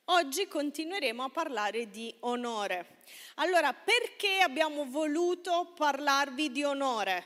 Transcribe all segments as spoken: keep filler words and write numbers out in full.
Oggi continueremo a parlare di onore. Allora, perché abbiamo voluto parlarvi di onore?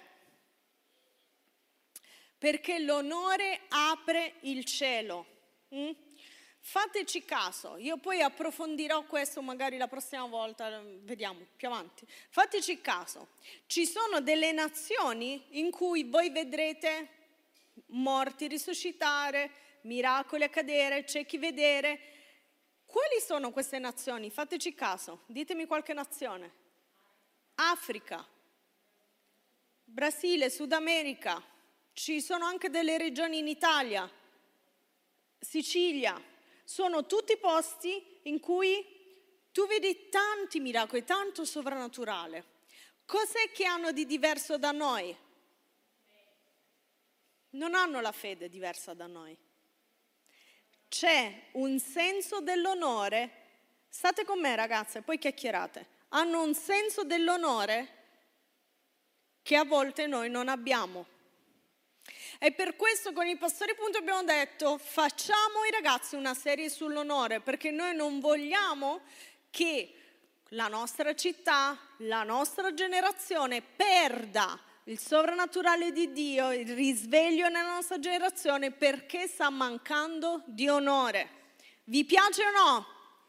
Perché l'onore apre il cielo. Mm? Fateci caso, io poi approfondirò questo magari la prossima volta, vediamo più avanti. Fateci caso, ci sono delle nazioni in cui voi vedrete morti risuscitare, miracoli accadere, ciechi vedere. Quali sono queste nazioni? Fateci caso, ditemi qualche nazione. Africa, Brasile, Sud America, ci sono anche delle regioni in Italia, Sicilia. Sono tutti posti in cui tu vedi tanti miracoli, tanto sovrannaturale. Cos'è che hanno di diverso da noi? Non hanno la fede diversa da noi. C'è un senso dell'onore. State con me, ragazze, poi chiacchierate. Hanno un senso dell'onore che a volte noi non abbiamo. E per questo con i pastori Punto abbiamo detto facciamo ai ragazzi una serie sull'onore, perché noi non vogliamo che la nostra città, la nostra generazione perda il sovrannaturale di Dio, il risveglio nella nostra generazione perché sta mancando di onore. Vi piace o no?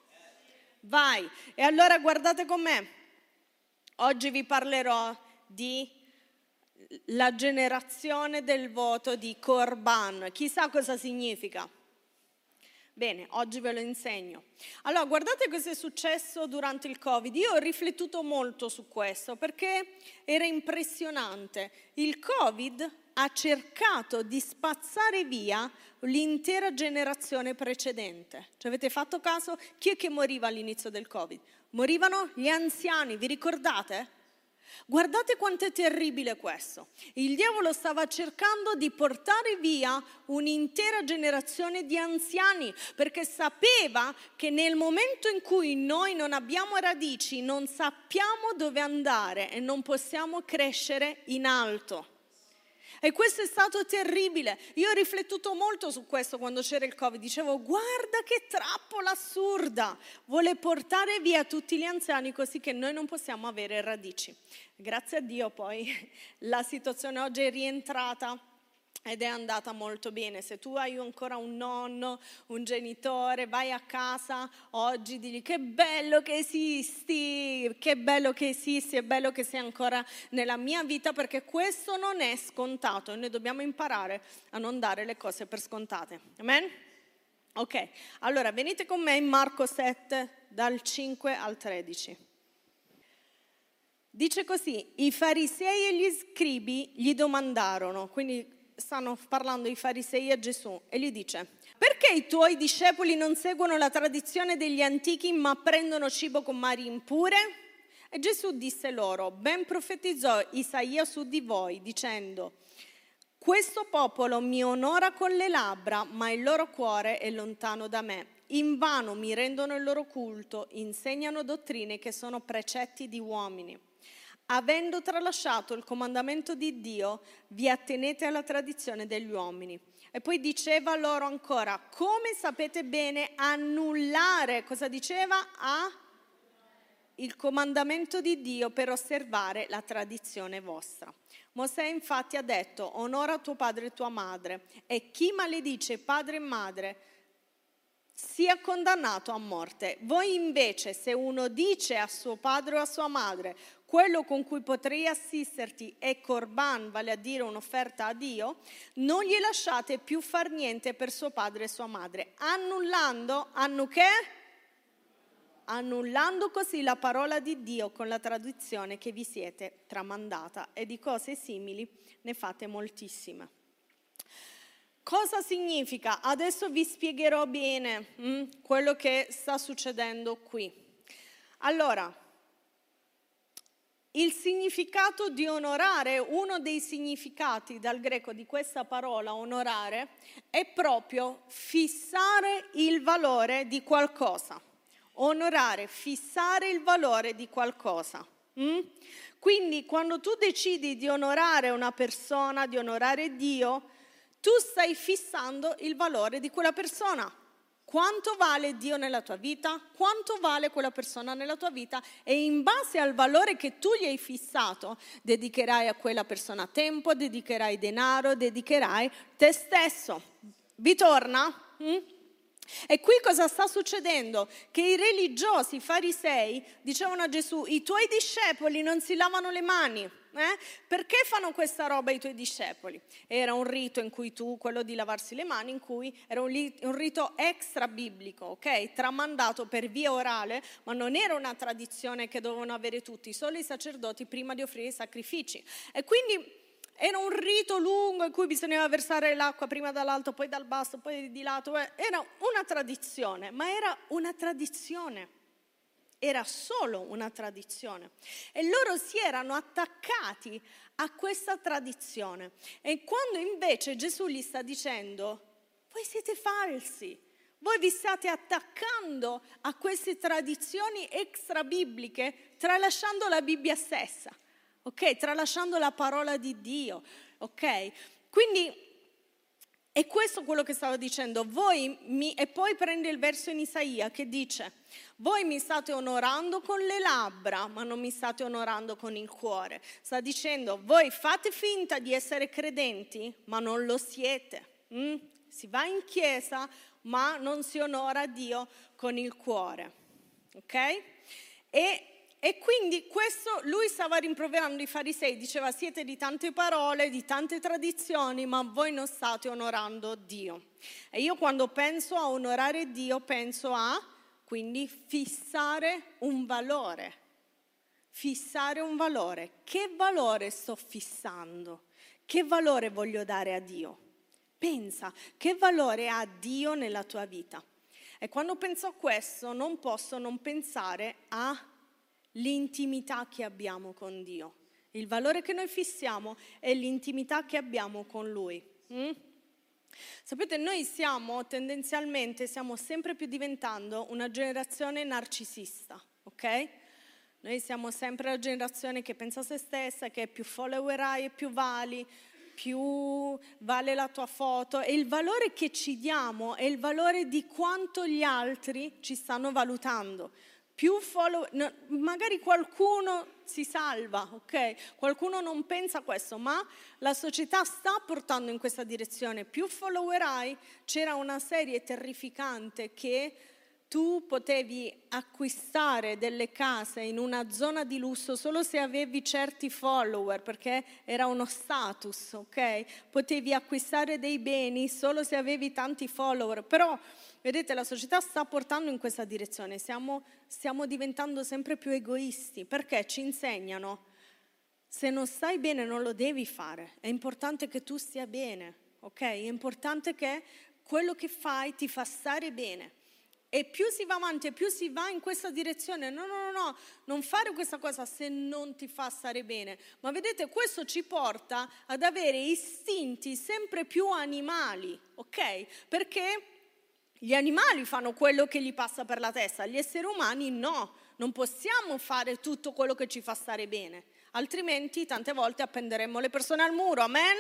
Vai. E allora guardate con me. Oggi vi parlerò di la generazione del voto di Corban. Chissà cosa significa. Bene, oggi ve lo insegno. Allora, guardate cosa è successo durante il Covid. Io ho riflettuto molto su questo perché era impressionante. Il Covid ha cercato di spazzare via l'intera generazione precedente. Ci avete fatto caso? Chi è che moriva all'inizio del Covid? Morivano gli anziani, vi ricordate? Guardate quanto è terribile questo. Il diavolo stava cercando di portare via un'intera generazione di anziani perché sapeva che nel momento in cui noi non abbiamo radici, non sappiamo dove andare e non possiamo crescere in alto. E questo è stato terribile. Io ho riflettuto molto su questo quando c'era il Covid. Dicevo, guarda che trappola assurda. Vuole portare via tutti gli anziani così che noi non possiamo avere radici. Grazie a Dio poi la situazione oggi è rientrata ed è andata molto bene. Se tu hai ancora un nonno, un genitore, vai a casa oggi, digli che bello che esisti, che bello che esisti, è bello che sei ancora nella mia vita, perché questo non è scontato e noi dobbiamo imparare a non dare le cose per scontate. Amen? Ok, allora venite con me in Marco sette dal cinque al tredici. Dice così, i farisei e gli scribi gli domandarono, quindi stanno parlando i farisei a Gesù, e gli dice: perché i tuoi discepoli non seguono la tradizione degli antichi ma prendono cibo con mari impure? E Gesù disse loro: ben profetizzò Isaia su di voi dicendo: questo popolo mi onora con le labbra ma il loro cuore è lontano da me. Invano mi rendono il loro culto, insegnano dottrine che sono precetti di uomini. Avendo tralasciato il comandamento di Dio, vi attenete alla tradizione degli uomini. E poi diceva loro ancora: come sapete bene annullare, cosa diceva? A il comandamento di Dio per osservare la tradizione vostra. Mosè infatti ha detto: onora tuo padre e tua madre, e chi maledice padre e madre sia condannato a morte. Voi invece, se uno dice a suo padre o a sua madre: quello con cui potrei assisterti è Corban, vale a dire un'offerta a Dio, non gli lasciate più far niente per suo padre e sua madre, annullando, annu che? Annullando così la parola di Dio con la tradizione che vi siete tramandata, e di cose simili ne fate moltissime. Cosa significa? Adesso vi spiegherò bene hm, quello che sta succedendo qui. Allora, il significato di onorare, uno dei significati dal greco di questa parola onorare, è proprio fissare il valore di qualcosa. Onorare, fissare il valore di qualcosa. Mm? Quindi quando tu decidi di onorare una persona, di onorare Dio, tu stai fissando il valore di quella persona. Quanto vale Dio nella tua vita? Quanto vale quella persona nella tua vita? E in base al valore che tu gli hai fissato, dedicherai a quella persona tempo, dedicherai denaro, dedicherai te stesso. Vi torna? Mm? E qui cosa sta succedendo? Che i religiosi, i farisei, dicevano a Gesù: i tuoi discepoli non si lavano le mani. Eh? Perché fanno questa roba i tuoi discepoli? Era un rito in cui tu, quello di lavarsi le mani, in cui era un, li, un rito extra biblico, ok? Tramandato per via orale, ma non era una tradizione che dovevano avere tutti, solo i sacerdoti prima di offrire i sacrifici. E quindi era un rito lungo in cui bisognava versare l'acqua prima dall'alto, poi dal basso, poi di lato. Era una tradizione, ma era una tradizione. Era solo una tradizione e loro si erano attaccati a questa tradizione. E quando invece Gesù gli sta dicendo: voi siete falsi, voi vi state attaccando a queste tradizioni extra bibliche, tralasciando la Bibbia stessa, ok? Tralasciando la parola di Dio, ok? Quindi è questo quello che stavo dicendo. Voi mi, e poi prende il verso in Isaia che dice: voi mi state onorando con le labbra, ma non mi state onorando con il cuore. Sta dicendo: voi fate finta di essere credenti, ma non lo siete. Mm? Si va in chiesa, ma non si onora Dio con il cuore. Ok? E E quindi questo, lui stava rimproverando i farisei, diceva: siete di tante parole, di tante tradizioni, ma voi non state onorando Dio. E io quando penso a onorare Dio, penso a, quindi, fissare un valore. Fissare un valore. Che valore sto fissando? Che valore voglio dare a Dio? Pensa, che valore ha Dio nella tua vita? E quando penso a questo, non posso non pensare a l'intimità che abbiamo con Dio. Il valore che noi fissiamo è l'intimità che abbiamo con Lui. Mm? Sapete, noi siamo tendenzialmente, stiamo sempre più diventando una generazione narcisista, ok? Noi siamo sempre la generazione che pensa a se stessa, che più follower hai e più vali, più vale la tua foto, e il valore che ci diamo è il valore di quanto gli altri ci stanno valutando. Più follow, no, magari qualcuno si salva, ok? Qualcuno non pensa a questo, ma la società sta portando in questa direzione. Più follower hai, c'era una serie terrificante che tu potevi acquistare delle case in una zona di lusso solo se avevi certi follower, perché era uno status, ok? Potevi acquistare dei beni solo se avevi tanti follower, però vedete, la società sta portando in questa direzione, stiamo, stiamo diventando sempre più egoisti, perché ci insegnano: se non stai bene non lo devi fare, è importante che tu stia bene, ok? È importante che quello che fai ti fa stare bene. E più si va avanti e più si va in questa direzione. No, no, no, no, non fare questa cosa se non ti fa stare bene. Ma vedete, questo ci porta ad avere istinti sempre più animali, ok? Perché gli animali fanno quello che gli passa per la testa, gli esseri umani no, non possiamo fare tutto quello che ci fa stare bene, altrimenti tante volte appenderemmo le persone al muro, amen?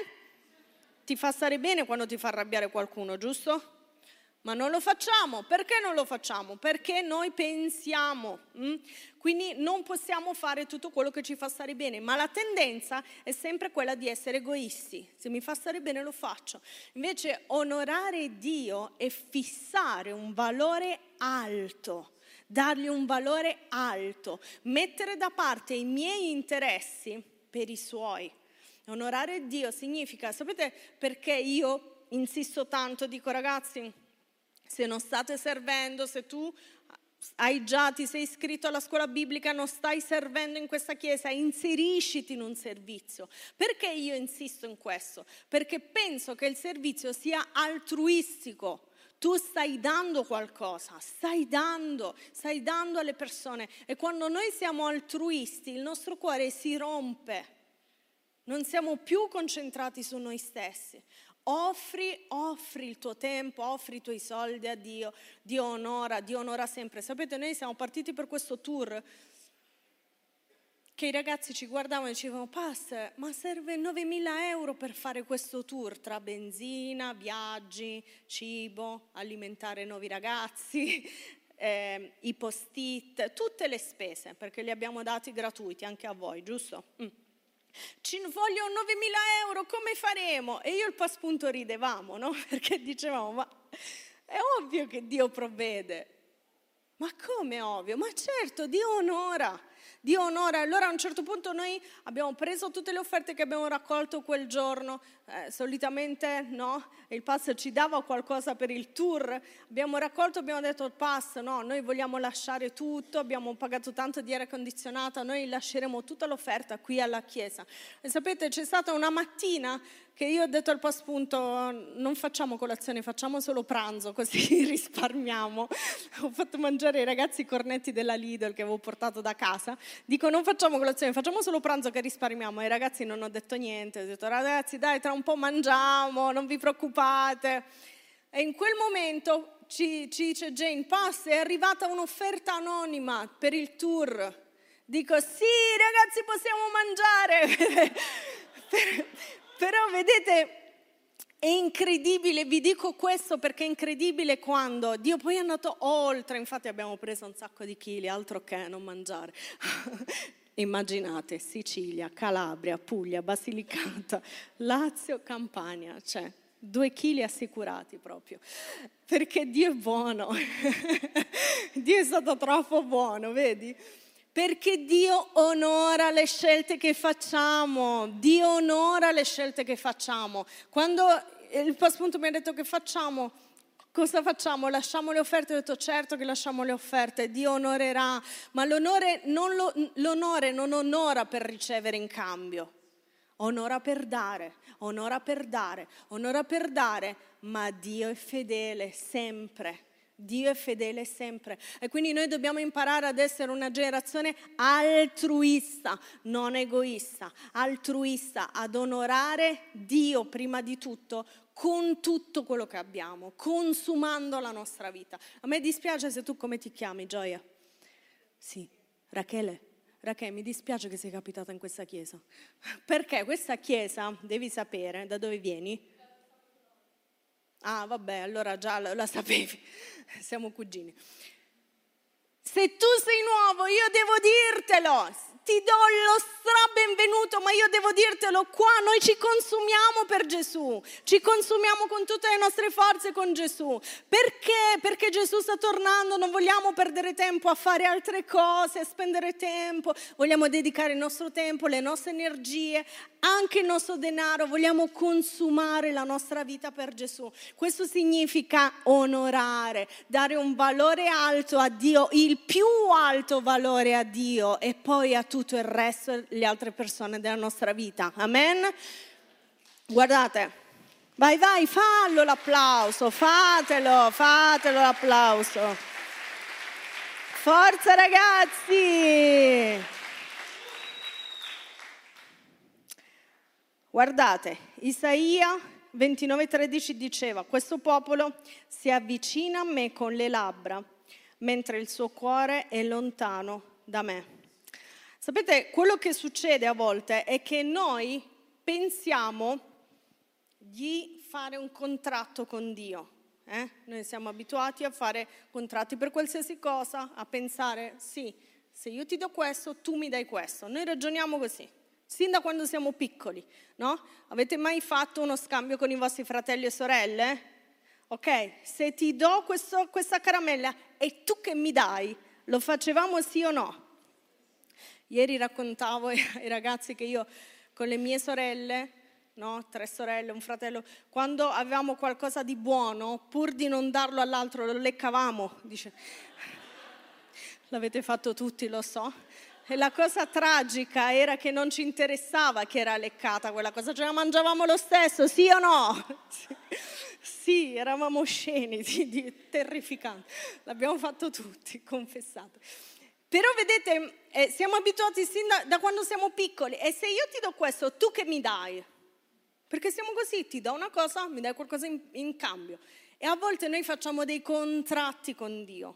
Ti fa stare bene quando ti fa arrabbiare qualcuno, giusto? Ma non lo facciamo. Perché non lo facciamo? Perché noi pensiamo. Hm? Quindi non possiamo fare tutto quello che ci fa stare bene, ma la tendenza è sempre quella di essere egoisti. Se mi fa stare bene lo faccio. Invece onorare Dio è fissare un valore alto, dargli un valore alto, mettere da parte i miei interessi per i suoi. Onorare Dio significa, sapete perché io insisto tanto, dico ragazzi, se non state servendo, se tu hai già, ti sei iscritto alla scuola biblica, non stai servendo in questa chiesa, inserisciti in un servizio. Perché io insisto in questo? Perché penso che il servizio sia altruistico. Tu stai dando qualcosa, stai dando, stai dando alle persone. E quando noi siamo altruisti, il nostro cuore si rompe. Non siamo più concentrati su noi stessi. Offri, offri il tuo tempo, offri i tuoi soldi a Dio, Dio onora, Dio onora sempre. Sapete, noi siamo partiti per questo tour che i ragazzi ci guardavano e dicevano: Pastor, ma serve novemila euro per fare questo tour tra benzina, viaggi, cibo, alimentare nuovi ragazzi, eh, i post-it, tutte le spese, perché li abbiamo dati gratuiti anche a voi, giusto? Mm. Ci vogliono novemila euro, come faremo? E io e il Passpunto ridevamo, no? Perché dicevamo: ma è ovvio che Dio provvede. Ma come ovvio? Ma certo, Dio onora. Dio onora. Allora a un certo punto noi abbiamo preso tutte le offerte che abbiamo raccolto quel giorno, eh, solitamente no, il pastor ci dava qualcosa per il tour, abbiamo raccolto, abbiamo detto al pastor: no, noi vogliamo lasciare tutto, abbiamo pagato tanto di aria condizionata, noi lasceremo tutta l'offerta qui alla chiesa. E sapete, c'è stata una mattina che io ho detto al Passpunto: non facciamo colazione, facciamo solo pranzo, così risparmiamo. Ho fatto mangiare ai ragazzi i cornetti della Lidl che avevo portato da casa. Dico: non facciamo colazione, facciamo solo pranzo che risparmiamo. Ai ragazzi non ho detto niente, ho detto: ragazzi dai, tra un po' mangiamo, non vi preoccupate. E in quel momento ci, ci dice Jane: Pastor, è arrivata un'offerta anonima per il tour. Dico: sì ragazzi, possiamo mangiare. Però vedete, è incredibile, vi dico questo perché è incredibile quando Dio poi è andato oltre, infatti abbiamo preso un sacco di chili, altro che non mangiare. Immaginate, Sicilia, Calabria, Puglia, Basilicata, Lazio, Campania, cioè due chili assicurati proprio, perché Dio è buono, Dio è stato troppo buono, vedi? Perché Dio onora le scelte che facciamo, Dio onora le scelte che facciamo. Quando il Passpunto mi ha detto: che facciamo? Cosa facciamo? Lasciamo le offerte? Ho detto: certo che lasciamo le offerte, Dio onorerà, ma l'onore non, lo, l'onore non onora per ricevere in cambio, onora per dare, onora per dare, onora per dare, ma Dio è fedele sempre. Dio è fedele sempre e quindi noi dobbiamo imparare ad essere una generazione altruista, non egoista, altruista, ad onorare Dio prima di tutto con tutto quello che abbiamo, consumando la nostra vita. A me dispiace se tu come ti chiami, Gioia? Sì, Rachele. Rachele, mi dispiace che sei capitata in questa chiesa, perché questa chiesa, devi sapere da dove vieni. Ah, vabbè, allora già la, la sapevi, siamo cugini. Se tu sei nuovo, io devo dirtelo, ti do lo strabenvenuto, ma io devo dirtelo qua, noi ci consumiamo per Gesù, ci consumiamo con tutte le nostre forze con Gesù. Perché? Perché Gesù sta tornando, non vogliamo perdere tempo a fare altre cose, a spendere tempo, vogliamo dedicare il nostro tempo, le nostre energie, anche il nostro denaro, vogliamo consumare la nostra vita per Gesù. Questo significa onorare, dare un valore alto a Dio, il più alto valore a Dio e poi a tutto il resto, le altre persone della nostra vita. Amen? Guardate, vai vai, fallo l'applauso, fatelo, fatelo l'applauso. Forza ragazzi! Guardate, Isaia ventinove tredici diceva: questo popolo si avvicina a me con le labbra, mentre il suo cuore è lontano da me. Sapete, quello che succede a volte è che noi pensiamo di fare un contratto con Dio. Eh? Noi siamo abituati a fare contratti per qualsiasi cosa, a pensare: sì, se io ti do questo, tu mi dai questo. Noi ragioniamo così, sin da quando siamo piccoli, no? Avete mai fatto uno scambio con i vostri fratelli e sorelle? Ok, se ti do questo, questa caramella e tu che mi dai, lo facevamo sì o no? Ieri raccontavo ai ragazzi che io con le mie sorelle, no, tre sorelle, un fratello, quando avevamo qualcosa di buono, pur di non darlo all'altro, lo leccavamo. Dice, l'avete fatto tutti, lo so. E la cosa tragica era che non ci interessava che era leccata quella cosa, ce la mangiavamo lo stesso, sì o no? Sì, sì, eravamo sceni, di, di, terrificanti. L'abbiamo fatto tutti, confessate. Però vedete, eh, siamo abituati sin da, da quando siamo piccoli, e se io ti do questo, tu che mi dai? Perché siamo così, ti do una cosa, mi dai qualcosa in, in cambio. E a volte noi facciamo dei contratti con Dio.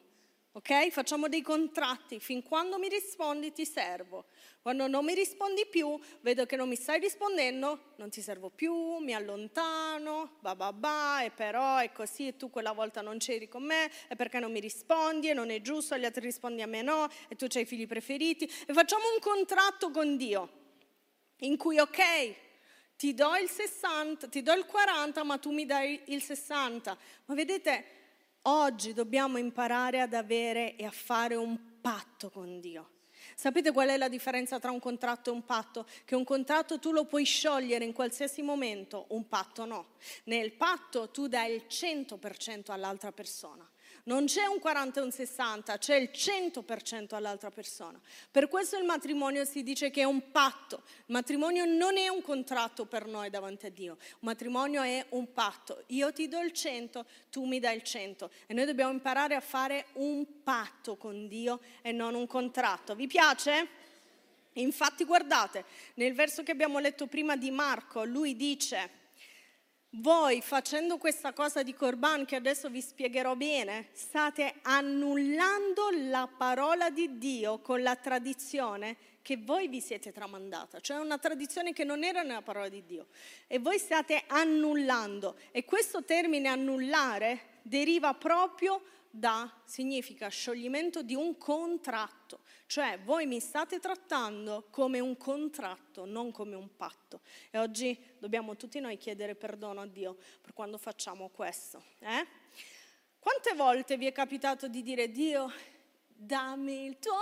Ok? Facciamo dei contratti, fin quando mi rispondi ti servo. Quando non mi rispondi più, vedo che non mi stai rispondendo, non ti servo più, mi allontano, ba ba ba, e però è così, e tu quella volta non c'eri con me, e perché non mi rispondi, e non è giusto, agli altri rispondi a me no, e tu c'hai i figli preferiti. E facciamo un contratto con Dio, in cui ok, ti do il sessanta, ti do il quaranta, ma tu mi dai il sessanta. Ma vedete, oggi dobbiamo imparare ad avere e a fare un patto con Dio. Sapete qual è la differenza tra un contratto e un patto? Che un contratto tu lo puoi sciogliere in qualsiasi momento, un patto no. Nel patto tu dai il cento per cento all'altra persona. Non c'è un quaranta e un sessanta, c'è il cento per cento all'altra persona. Per questo il matrimonio si dice che è un patto. Il matrimonio non è un contratto per noi davanti a Dio. Il matrimonio è un patto. Io ti do il cento, tu mi dai il cento. E noi dobbiamo imparare a fare un patto con Dio e non un contratto. Vi piace? Infatti guardate, nel verso che abbiamo letto prima di Marco, lui dice: voi facendo questa cosa di Corban, che adesso vi spiegherò bene, state annullando la parola di Dio con la tradizione che voi vi siete tramandata, cioè una tradizione che non era nella parola di Dio, e voi state annullando. E questo termine annullare deriva proprio da, significa scioglimento di un contratto, cioè voi mi state trattando come un contratto, non come un patto. E oggi dobbiamo tutti noi chiedere perdono a Dio per quando facciamo questo. Eh? Quante volte vi è capitato di dire: Dio, dammi il tuo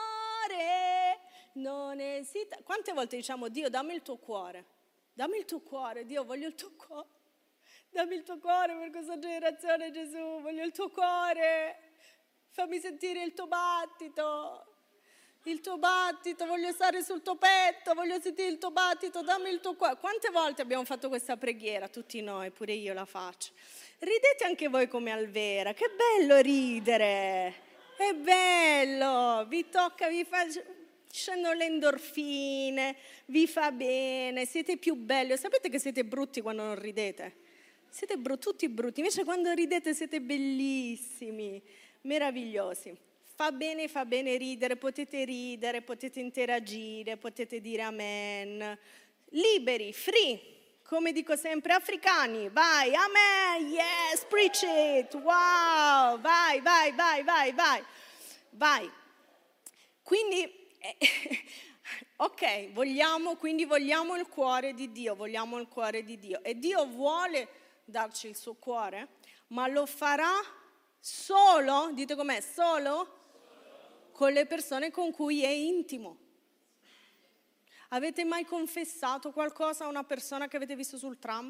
cuore, non esita. Quante volte diciamo: Dio, dammi il tuo cuore, dammi il tuo cuore, Dio, voglio il tuo cuore. Dammi il tuo cuore per questa generazione, Gesù, voglio il tuo cuore, fammi sentire il tuo battito, il tuo battito, voglio stare sul tuo petto, voglio sentire il tuo battito, dammi il tuo cuore. Quante volte abbiamo fatto questa preghiera, tutti noi, pure io la faccio. Ridete anche voi come Alvera, che bello ridere, è bello, vi tocca, vi fa... scendono le endorfine, vi fa bene, siete più belli. Sapete che siete brutti quando non ridete? Siete br- tutti brutti, invece quando ridete siete bellissimi, meravigliosi. Fa bene, fa bene ridere, potete ridere, potete interagire, potete dire amen. Liberi, free, come dico sempre, africani, vai, amen, yes, preach it, wow, vai, vai, vai, vai, vai, vai. Quindi... Eh, ok, vogliamo, quindi vogliamo il cuore di Dio, vogliamo il cuore di Dio. E Dio vuole darci il suo cuore, ma lo farà solo, dite com'è, solo con le persone con cui è intimo. Avete mai confessato qualcosa a una persona che avete visto sul tram?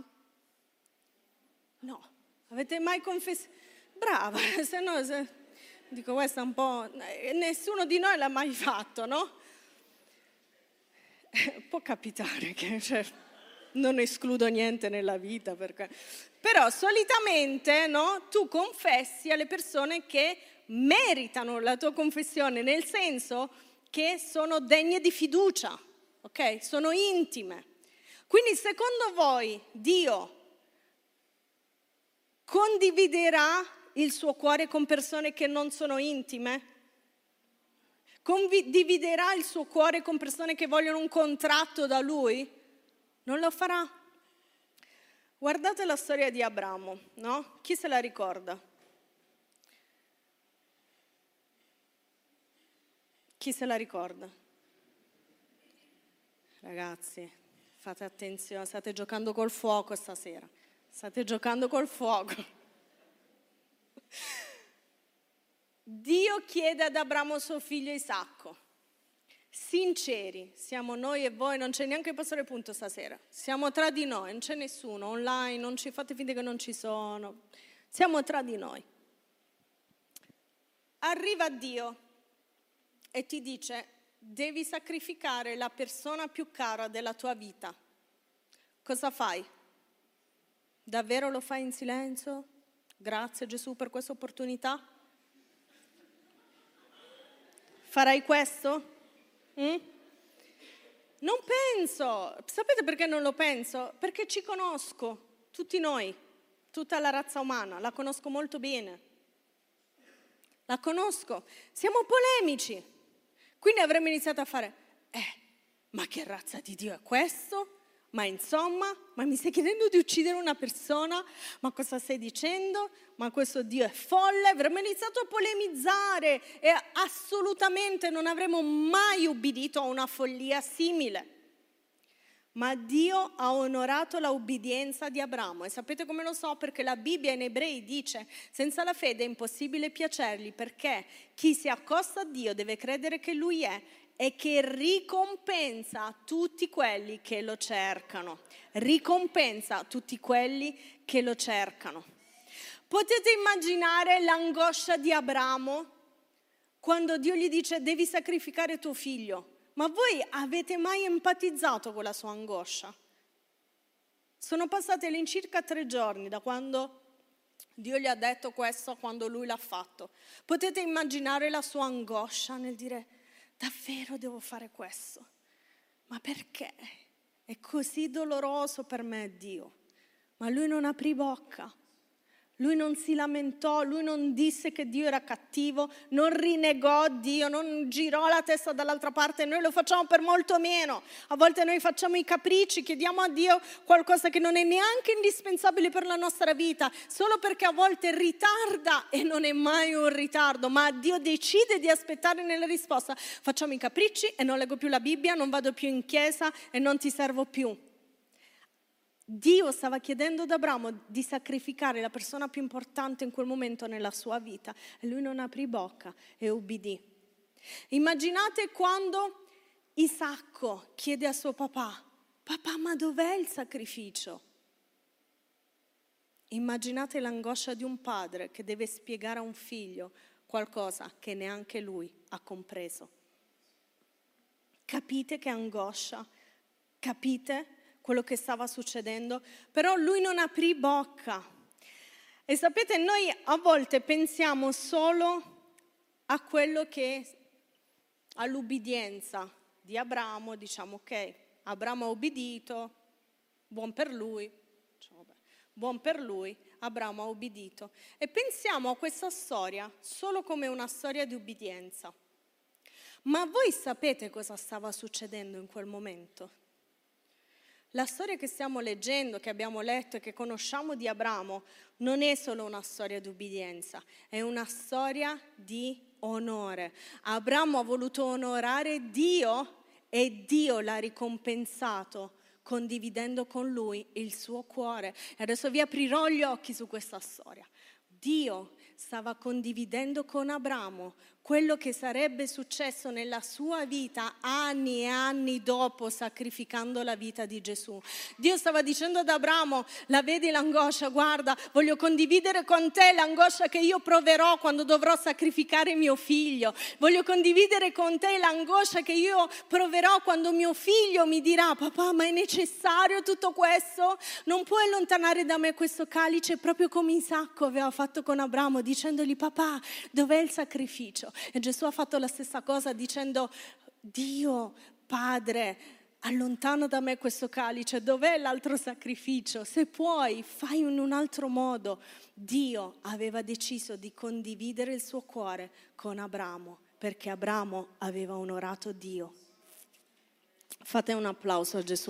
No. Avete mai confessato? Brava, se no... Se... dico, questa è un po'... nessuno di noi l'ha mai fatto, no? Può capitare che... cioè, non escludo niente nella vita, perché... però solitamente, no, tu confessi alle persone che meritano la tua confessione, nel senso che sono degne di fiducia, ok? Sono intime. Quindi secondo voi Dio condividerà il suo cuore con persone che non sono intime? Condividerà il suo cuore con persone che vogliono un contratto da Lui? Non lo farà. Guardate la storia di Abramo, no? Chi se la ricorda? Chi se la ricorda? Ragazzi, fate attenzione, state giocando col fuoco stasera. State giocando col fuoco. Dio chiede ad Abramo suo figlio Isacco. Sinceri, siamo noi e voi, non c'è neanche il pastore Punto stasera, siamo tra di noi, non c'è nessuno online, non ci fate finta che non ci sono, siamo tra di noi. Arriva Dio e ti dice: devi sacrificare la persona più cara della tua vita. Cosa fai? Davvero lo fai in silenzio? Grazie Gesù per questa opportunità. Farai questo? Mm? Non penso. Sapete perché non lo penso? Perché ci conosco, tutti noi, tutta la razza umana, la conosco molto bene. la conosco, siamo polemici. Quindi avremmo iniziato a fare, eh, ma che razza di Dio è questo? Ma insomma, ma mi stai chiedendo di uccidere una persona? Ma cosa stai dicendo? Ma questo Dio è folle? Avremmo iniziato a polemizzare e assolutamente non avremmo mai ubbidito a una follia simile. Ma Dio ha onorato la ubbidienza di Abramo e sapete come lo so? Perché la Bibbia in Ebrei dice senza la fede è impossibile piacergli, perché chi si accosta a Dio deve credere che Lui è e che ricompensa tutti quelli che lo cercano. Ricompensa tutti quelli che lo cercano. Potete immaginare l'angoscia di Abramo quando Dio gli dice devi sacrificare tuo figlio? Ma voi avete mai empatizzato con la sua angoscia? Sono passati all'incirca tre giorni da quando Dio gli ha detto questo a quando lui l'ha fatto. Potete immaginare la sua angoscia nel dire davvero devo fare questo? Ma perché? È così doloroso per me, Dio. Ma lui non aprì bocca. Lui non si lamentò, lui non disse che Dio era cattivo, non rinnegò Dio, non girò la testa dall'altra parte. Noi lo facciamo per molto meno. A volte noi facciamo i capricci, chiediamo a Dio qualcosa che non è neanche indispensabile per la nostra vita, solo perché a volte ritarda e non è mai un ritardo, ma Dio decide di aspettare nella risposta. Facciamo i capricci e non leggo più la Bibbia, non vado più in chiesa e non ti servo più. Dio stava chiedendo ad Abramo di sacrificare la persona più importante in quel momento nella sua vita e lui non aprì bocca e ubbidì. Immaginate quando Isacco chiede a suo papà, papà, ma dov'è il sacrificio? Immaginate l'angoscia di un padre che deve spiegare a un figlio qualcosa che neanche lui ha compreso. Capite che angoscia? Capite quello che stava succedendo? Però lui non aprì bocca. E sapete, noi a volte pensiamo solo a quello che, all'ubbidienza di Abramo, diciamo ok, Abramo ha ubbidito, buon per lui, diciamo, vabbè, buon per lui, Abramo ha ubbidito. E pensiamo a questa storia solo come una storia di ubbidienza. Ma voi sapete cosa stava succedendo in quel momento? La storia che stiamo leggendo, che abbiamo letto e che conosciamo di Abramo, non è solo una storia di ubbidienza, è una storia di onore. Abramo ha voluto onorare Dio e Dio l'ha ricompensato condividendo con lui il suo cuore. E adesso vi aprirò gli occhi su questa storia. Dio stava condividendo con Abramo quello che sarebbe successo nella sua vita anni e anni dopo, sacrificando la vita di Gesù. Dio stava dicendo ad Abramo, la vedi l'angoscia? Guarda, voglio condividere con te l'angoscia che io proverò quando dovrò sacrificare mio figlio. Voglio condividere con te l'angoscia che io proverò quando mio figlio mi dirà, papà, ma è necessario tutto questo? Non puoi allontanare da me questo calice, proprio come Isacco aveva fatto con Abramo, dicendogli, papà, dov'è il sacrificio? E Gesù ha fatto la stessa cosa dicendo, Dio, Padre, allontana da me questo calice, dov'è l'altro sacrificio? Se puoi, fai in un altro modo. Dio aveva deciso di condividere il suo cuore con Abramo, perché Abramo aveva onorato Dio. Fate un applauso a Gesù.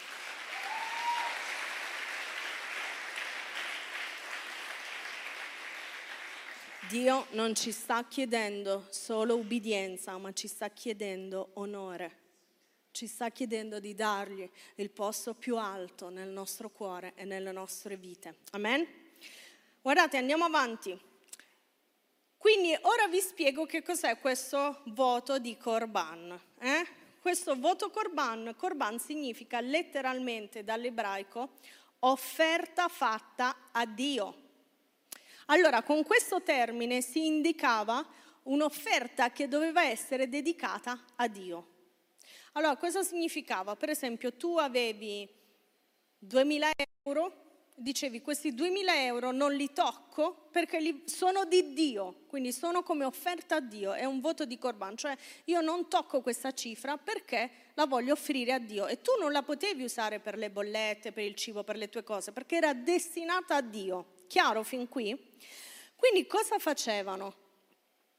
Dio non ci sta chiedendo solo ubbidienza, ma ci sta chiedendo onore. Ci sta chiedendo di dargli il posto più alto nel nostro cuore e nelle nostre vite. Amen? Guardate, andiamo avanti. Quindi ora vi spiego che cos'è questo voto di Corban. Eh? Questo voto Corban, Corban significa letteralmente dall'ebraico offerta fatta a Dio. Allora, con questo termine si indicava un'offerta che doveva essere dedicata a Dio. Allora, cosa significava? Per esempio, tu avevi duemila euro, dicevi questi duemila euro non li tocco perché li, sono di Dio, quindi sono come offerta a Dio, è un voto di Corban, cioè io non tocco questa cifra perché la voglio offrire a Dio e tu non la potevi usare per le bollette, per il cibo, per le tue cose, perché era destinata a Dio. Chiaro fin qui? Quindi cosa facevano?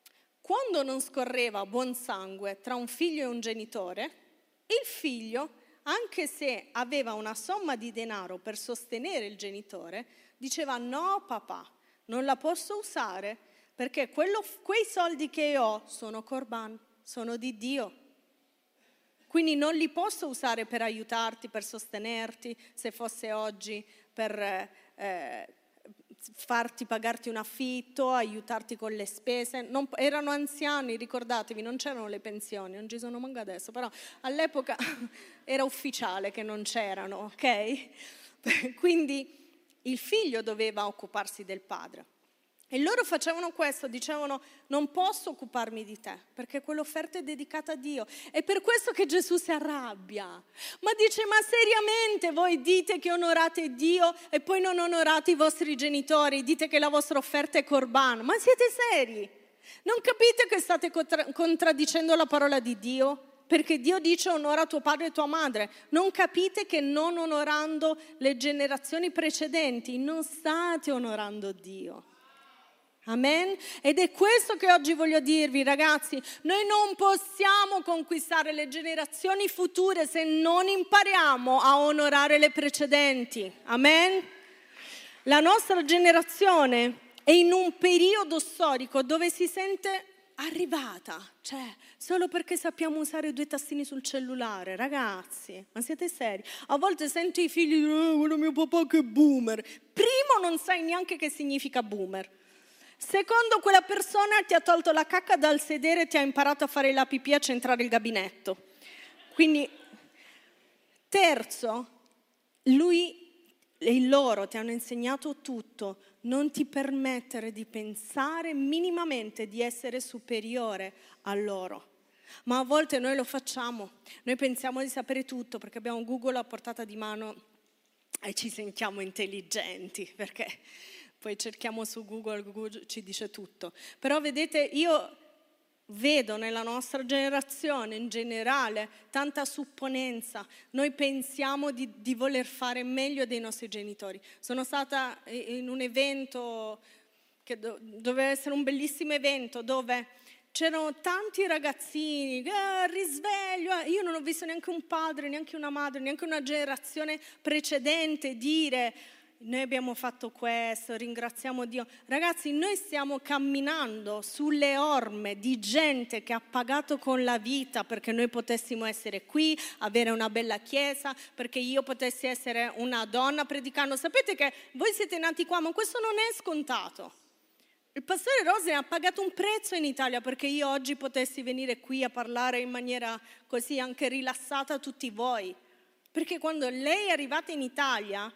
quando non scorreva buon sangue tra un figlio e un genitore, il figlio, anche se aveva una somma di denaro per sostenere il genitore, diceva: no papà, non la posso usare perché quello, quei soldi che ho sono corban, sono di Dio. Quindi non li posso usare per aiutarti, per sostenerti, se fosse oggi per eh, farti pagarti un affitto, aiutarti con le spese. Non, erano anziani, ricordatevi, non c'erano le pensioni, non ci sono manco adesso, però all'epoca era ufficiale che non c'erano, ok? Quindi il figlio doveva occuparsi del padre. E loro facevano questo, dicevano: non posso occuparmi di te, perché quell'offerta è dedicata a Dio. È per questo che Gesù si arrabbia. Ma dice: ma seriamente voi dite che onorate Dio e poi non onorate i vostri genitori, dite che la vostra offerta è corban? Ma siete seri? Non capite che state contra- contraddicendo la parola di Dio? Perché Dio dice: onora tuo padre e tua madre. Non capite che non onorando le generazioni precedenti non state onorando Dio? Amen? Ed è questo che oggi voglio dirvi, ragazzi. Noi non possiamo conquistare le generazioni future se non impariamo a onorare le precedenti. Amen? La nostra generazione è in un periodo storico dove si sente arrivata, cioè solo perché sappiamo usare due tastini sul cellulare. Ragazzi, ma siete seri? A volte sento i figli dire: eh, quello mio papà che boomer. Primo, non sai neanche che significa boomer. Secondo, quella persona ti ha tolto la cacca dal sedere e ti ha imparato a fare la pipì, a centrare il gabinetto. Quindi, terzo, lui e loro ti hanno insegnato tutto. Non ti permettere di pensare minimamente di essere superiore a loro. Ma a volte noi lo facciamo. Noi pensiamo di sapere tutto perché abbiamo Google a portata di mano e ci sentiamo intelligenti, perché poi cerchiamo su Google, Google ci dice tutto. Però vedete, io vedo nella nostra generazione in generale tanta supponenza. Noi pensiamo di, di voler fare meglio dei nostri genitori. Sono stata in un evento che do, doveva essere un bellissimo evento dove c'erano tanti ragazzini, eh, risveglio. Io non ho visto neanche un padre, neanche una madre, neanche una generazione precedente dire: noi abbiamo fatto questo, ringraziamo Dio. Ragazzi, noi stiamo camminando sulle orme di gente che ha pagato con la vita perché noi potessimo essere qui, avere una bella chiesa, perché io potessi essere una donna predicando. Sapete che voi siete nati qua, ma questo non è scontato. Il pastore Rose ha pagato un prezzo in Italia perché io oggi potessi venire qui a parlare in maniera così anche rilassata a tutti voi. Perché quando lei è arrivata in Italia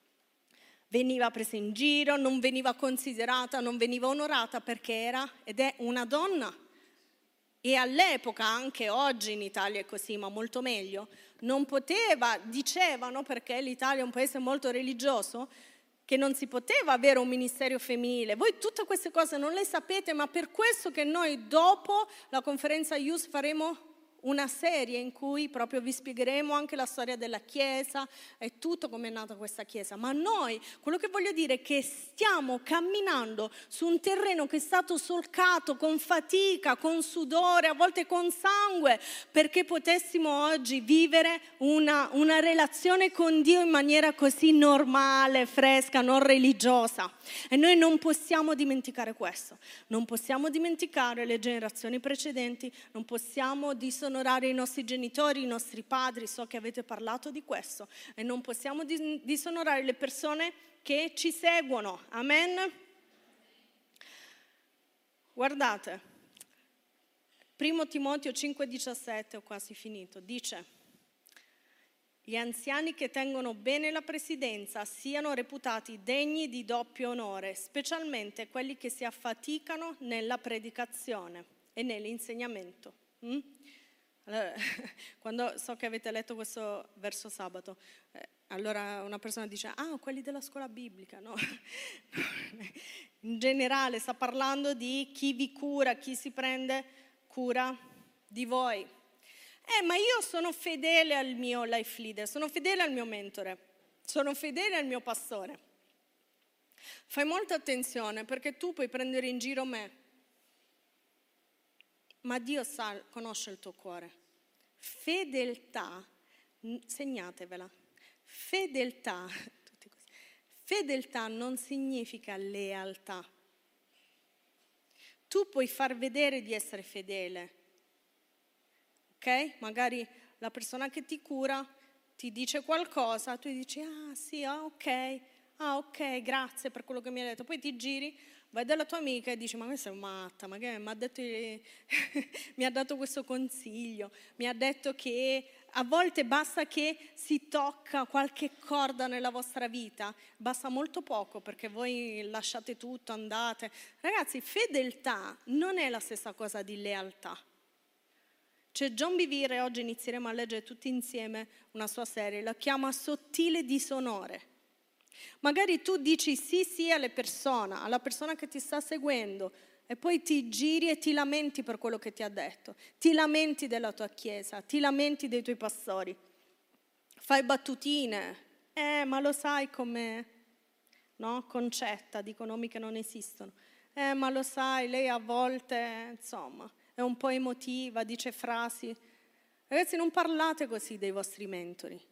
veniva presa in giro, non veniva considerata, non veniva onorata perché era ed è una donna. E all'epoca, anche oggi in Italia è così, ma molto meglio, non poteva, dicevano, perché l'Italia è un paese molto religioso, che non si poteva avere un ministero femminile. Voi tutte queste cose non le sapete, ma per questo che noi dopo la conferenza Youth faremo una serie in cui proprio vi spiegheremo anche la storia della Chiesa e tutto come è nata questa Chiesa. Ma noi, quello che voglio dire è che stiamo camminando su un terreno che è stato solcato con fatica, con sudore, a volte con sangue, perché potessimo oggi vivere una, una relazione con Dio in maniera così normale, fresca, non religiosa. E noi non possiamo dimenticare questo. Non possiamo dimenticare le generazioni precedenti, non possiamo disonorare i nostri genitori, i nostri padri. So che avete parlato di questo. E non possiamo disonorare le persone che ci seguono. Amen? Guardate, primo Timoteo cinque diciassette, ho quasi finito, dice: gli anziani che tengono bene la presidenza siano reputati degni di doppio onore, specialmente quelli che si affaticano nella predicazione e nell'insegnamento. Mm? Allora, quando so che avete letto questo verso sabato, eh, allora una persona dice: ah, quelli della scuola biblica, no? In generale sta parlando di chi vi cura, chi si prende cura di voi. Eh, ma io sono fedele al mio life leader, sono fedele al mio mentore, sono fedele al mio pastore. Fai molta attenzione perché tu puoi prendere in giro me. ma Dio sa, conosce il tuo cuore. Fedeltà, segnatevela, fedeltà, tutti così. Fedeltà non significa lealtà. Tu puoi far vedere di essere fedele, ok? Magari la persona che ti cura ti dice qualcosa, tu dici, ah sì, ah ok, ah ok, grazie per quello che mi hai detto. Poi ti giri, vai dalla tua amica e dici, ma questa è matta, ma che mi ha detto, mi ha dato questo consiglio, mi ha detto che a volte basta che si tocca qualche corda nella vostra vita, basta molto poco perché voi lasciate tutto, andate. Ragazzi, fedeltà non è la stessa cosa di lealtà. C'è John Bevere, oggi inizieremo a leggere tutti insieme una sua serie, la chiama Sottile disonore. Magari tu dici sì sì alle persone, alla persona che ti sta seguendo e poi ti giri e ti lamenti per quello che ti ha detto, ti lamenti della tua chiesa, ti lamenti dei tuoi pastori, fai battutine, eh ma lo sai com'è, no? Concetta, dico nomi che non esistono, eh ma lo sai, lei a volte insomma è un po' emotiva, dice frasi. Ragazzi, non parlate così dei vostri mentori.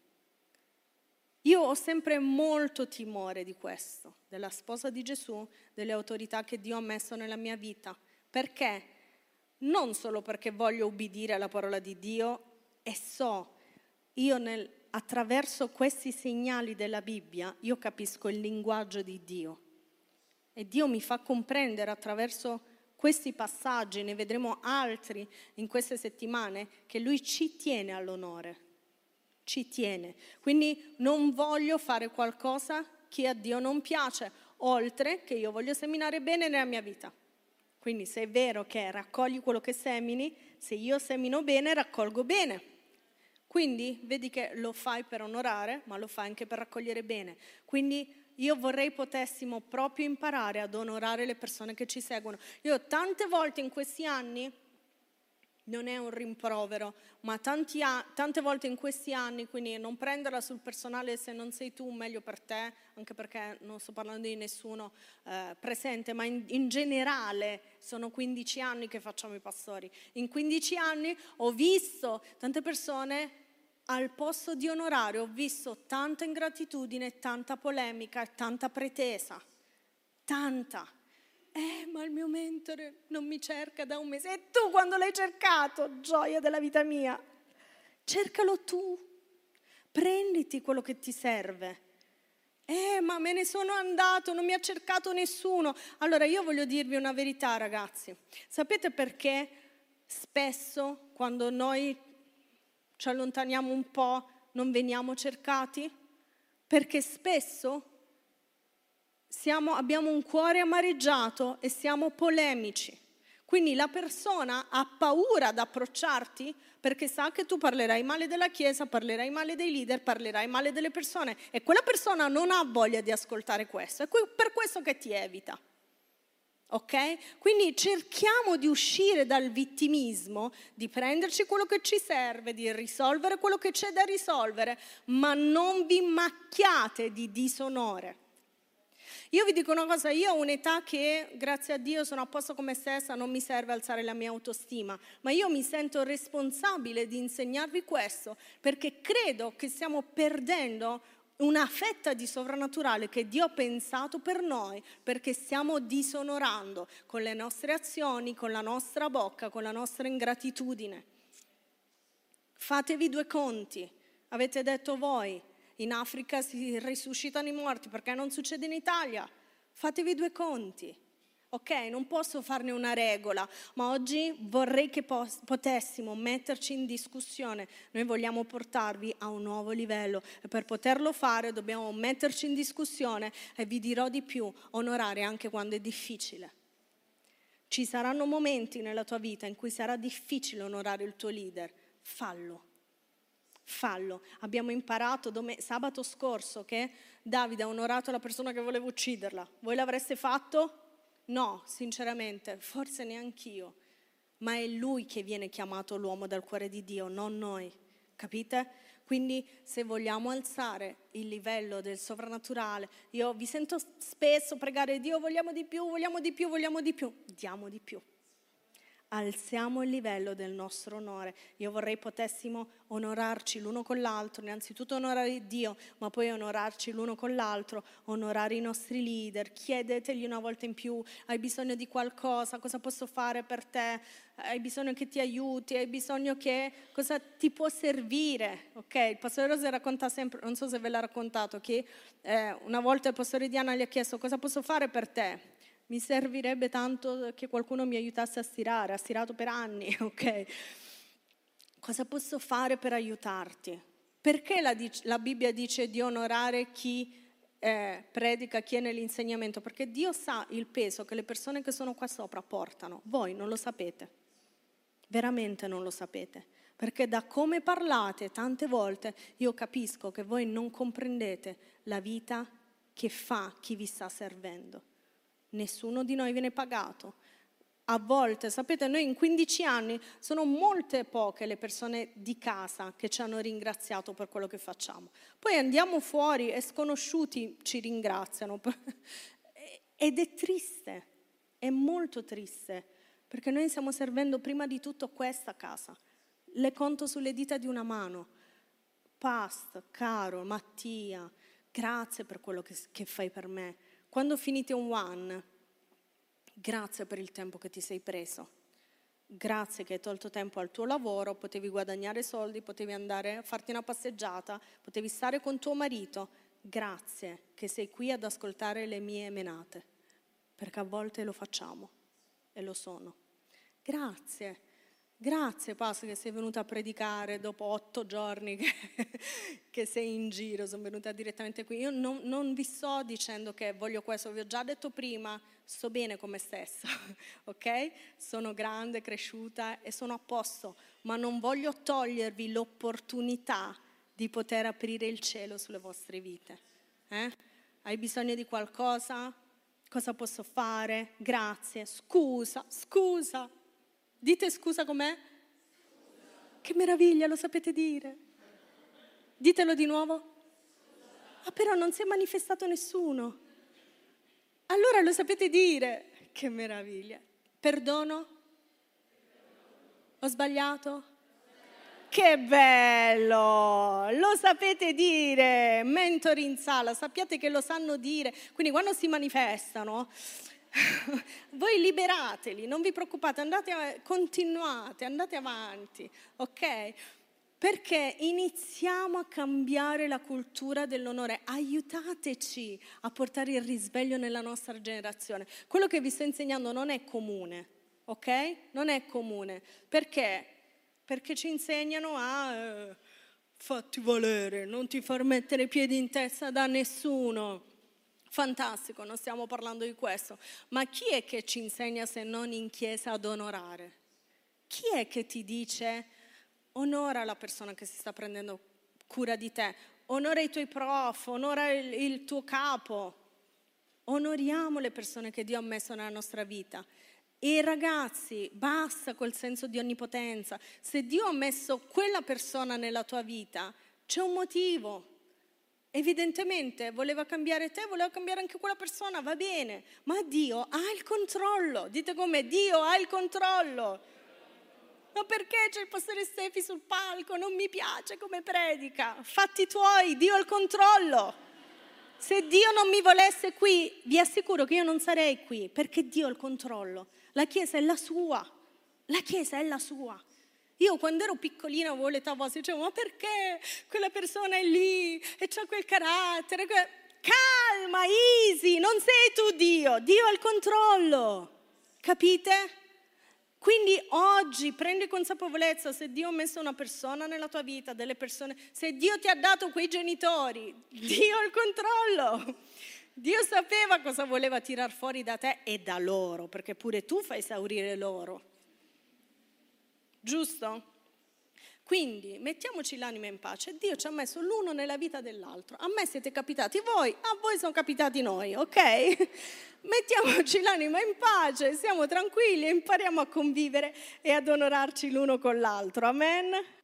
Io ho sempre molto timore di questo, della sposa di Gesù, delle autorità che Dio ha messo nella mia vita. Perché? Non solo perché voglio ubbidire alla parola di Dio e so, io nel, attraverso questi segnali della Bibbia, io capisco il linguaggio di Dio. E Dio mi fa comprendere attraverso questi passaggi, ne vedremo altri in queste settimane, che Lui ci tiene all'onore. Ci tiene, quindi non voglio fare qualcosa che a Dio non piace, oltre che io voglio seminare bene nella mia vita. Quindi se è vero che raccogli quello che semini, se io semino bene, raccolgo bene. Quindi vedi che lo fai per onorare, ma lo fai anche per raccogliere bene. Quindi io vorrei potessimo proprio imparare ad onorare le persone che ci seguono. Io tante volte in questi anni, non è un rimprovero, ma tanti a, tante volte in questi anni, quindi non prenderla sul personale se non sei tu, meglio per te, anche perché non sto parlando di nessuno eh, presente, ma in, in generale sono quindici anni che facciamo i pastori. In quindici anni ho visto tante persone al posto di onorare, ho visto tanta ingratitudine, tanta polemica, tanta pretesa, tanta. Eh, ma il mio mentore non mi cerca da un mese. E tu quando l'hai cercato, gioia della vita mia? Cercalo tu. Prenditi quello che ti serve. Eh, ma me ne sono andato, non mi ha cercato nessuno. Allora io voglio dirvi una verità, ragazzi. Sapete perché spesso quando noi ci allontaniamo un po' non veniamo cercati? Perché spesso Siamo, abbiamo un cuore amareggiato e siamo polemici. Quindi la persona ha paura ad approcciarti perché sa che tu parlerai male della Chiesa, parlerai male dei leader, parlerai male delle persone e quella persona non ha voglia di ascoltare questo. È per questo che ti evita. Ok? Quindi cerchiamo di uscire dal vittimismo, di prenderci quello che ci serve, di risolvere quello che c'è da risolvere, ma non vi macchiate di disonore. Io vi dico una cosa, io ho un'età che, grazie a Dio, sono a posto con me stessa, non mi serve alzare la mia autostima, ma io mi sento responsabile di insegnarvi questo, perché credo che stiamo perdendo una fetta di sovrannaturale che Dio ha pensato per noi, perché stiamo disonorando con le nostre azioni, con la nostra bocca, con la nostra ingratitudine. Fatevi due conti, avete detto voi. In Africa si risuscitano i morti, perché non succede in Italia? Fatevi due conti, ok? Non posso farne una regola, ma oggi vorrei che potessimo metterci in discussione. Noi vogliamo portarvi a un nuovo livello e per poterlo fare dobbiamo metterci in discussione e vi dirò di più, onorare anche quando è difficile. Ci saranno momenti nella tua vita in cui sarà difficile onorare il tuo leader, fallo. Fallo. Abbiamo imparato dom- sabato scorso che Davide ha onorato la persona che voleva ucciderla. Voi l'avreste fatto? No, sinceramente, forse neanch'io. Ma è lui che viene chiamato l'uomo dal cuore di Dio, non noi. Capite? Quindi se vogliamo alzare il livello del sovrannaturale, io vi sento spesso pregare Dio, vogliamo di più, vogliamo di più, vogliamo di più. Diamo di più. Alziamo il livello del nostro onore. Io vorrei potessimo onorarci l'uno con l'altro, innanzitutto onorare Dio, ma poi onorarci l'uno con l'altro, onorare i nostri leader. Chiedetegli una volta in più: hai bisogno di qualcosa? Cosa posso fare per te? Hai bisogno che ti aiuti? Hai bisogno che cosa ti può servire? Ok, il pastore Rose racconta sempre, non so se ve l'ha raccontato, che eh, una volta il pastore Diana gli ha chiesto: cosa posso fare per te? Mi servirebbe tanto che qualcuno mi aiutasse a stirare, ha stirato per anni, ok? Cosa posso fare per aiutarti? Perché la, la Bibbia dice di onorare chi eh, predica, chi è nell'insegnamento? Perché Dio sa il peso che le persone che sono qua sopra portano. Voi non lo sapete, veramente non lo sapete. Perché da come parlate tante volte io capisco che voi non comprendete la vita che fa chi vi sta servendo. Nessuno di noi viene pagato. A volte, sapete, noi in quindici anni sono molte poche le persone di casa che ci hanno ringraziato per quello che facciamo. Poi andiamo fuori e sconosciuti ci ringraziano. Ed è triste, è molto triste, perché noi stiamo servendo prima di tutto questa casa. Le conto sulle dita di una mano. Past, Caro, Mattia, grazie per quello che, che fai per me. Quando finite un one, grazie per il tempo che ti sei preso, grazie che hai tolto tempo al tuo lavoro, potevi guadagnare soldi, potevi andare a farti una passeggiata, potevi stare con tuo marito, grazie che sei qui ad ascoltare le mie menate, perché a volte lo facciamo e lo sono. Grazie. Grazie Pastor che sei venuta a predicare dopo otto giorni che, che sei in giro, sono venuta direttamente qui. Io non, non vi sto dicendo che voglio questo, vi ho già detto prima, sto bene con me stessa, ok? Sono grande, cresciuta e sono a posto, ma non voglio togliervi l'opportunità di poter aprire il cielo sulle vostre vite. Eh? Hai bisogno di qualcosa? Cosa posso fare? Grazie, scusa, scusa. Dite scusa com'è? Che meraviglia, lo sapete dire. Ditelo di nuovo. Ah, però non si è manifestato nessuno. Allora lo sapete dire. Che meraviglia. Perdono? Ho sbagliato? Che bello! Lo sapete dire. Mentori in sala, sappiate che lo sanno dire. Quindi quando si manifestano, voi liberateli, non vi preoccupate, andate, continuate, andate avanti, ok? Perché iniziamo a cambiare la cultura dell'onore, aiutateci a portare il risveglio nella nostra generazione. Quello che vi sto insegnando non è comune, ok? Non è comune, perché? Perché ci insegnano a eh, fatti valere, non ti far mettere i piedi in testa da nessuno. Fantastico, non stiamo parlando di questo, ma chi è che ci insegna se non in chiesa ad onorare? Chi è che ti dice onora la persona che si sta prendendo cura di te, onora i tuoi prof, onora il, il tuo capo, onoriamo le persone che Dio ha messo nella nostra vita. E ragazzi, basta col senso di onnipotenza, se Dio ha messo quella persona nella tua vita c'è un motivo. Evidentemente voleva cambiare te, voleva cambiare anche quella persona, va bene, ma Dio ha il controllo. Dite come? Dio ha il controllo. Ma perché c'è il pastore Stefi sul palco? Non mi piace come predica. Fatti tuoi, Dio ha il controllo. Se Dio non mi volesse qui, vi assicuro che io non sarei qui, perché Dio ha il controllo. La Chiesa è la sua, la Chiesa è la sua. Io quando ero piccolina avevo l'età vostra, dicevo, ma perché quella persona è lì e c'ha quel carattere? Calma, easy, non sei tu Dio, Dio ha il controllo, capite? Quindi oggi prendi consapevolezza, se Dio ha messo una persona nella tua vita, delle persone, se Dio ti ha dato quei genitori, Dio ha il controllo. Dio sapeva cosa voleva tirar fuori da te e da loro, perché pure tu fai esaurire loro. Giusto? Quindi mettiamoci l'anima in pace. Dio ci ha messo l'uno nella vita dell'altro. A me siete capitati voi, a voi sono capitati noi, ok? Mettiamoci l'anima in pace, siamo tranquilli e impariamo a convivere e ad onorarci l'uno con l'altro. Amen?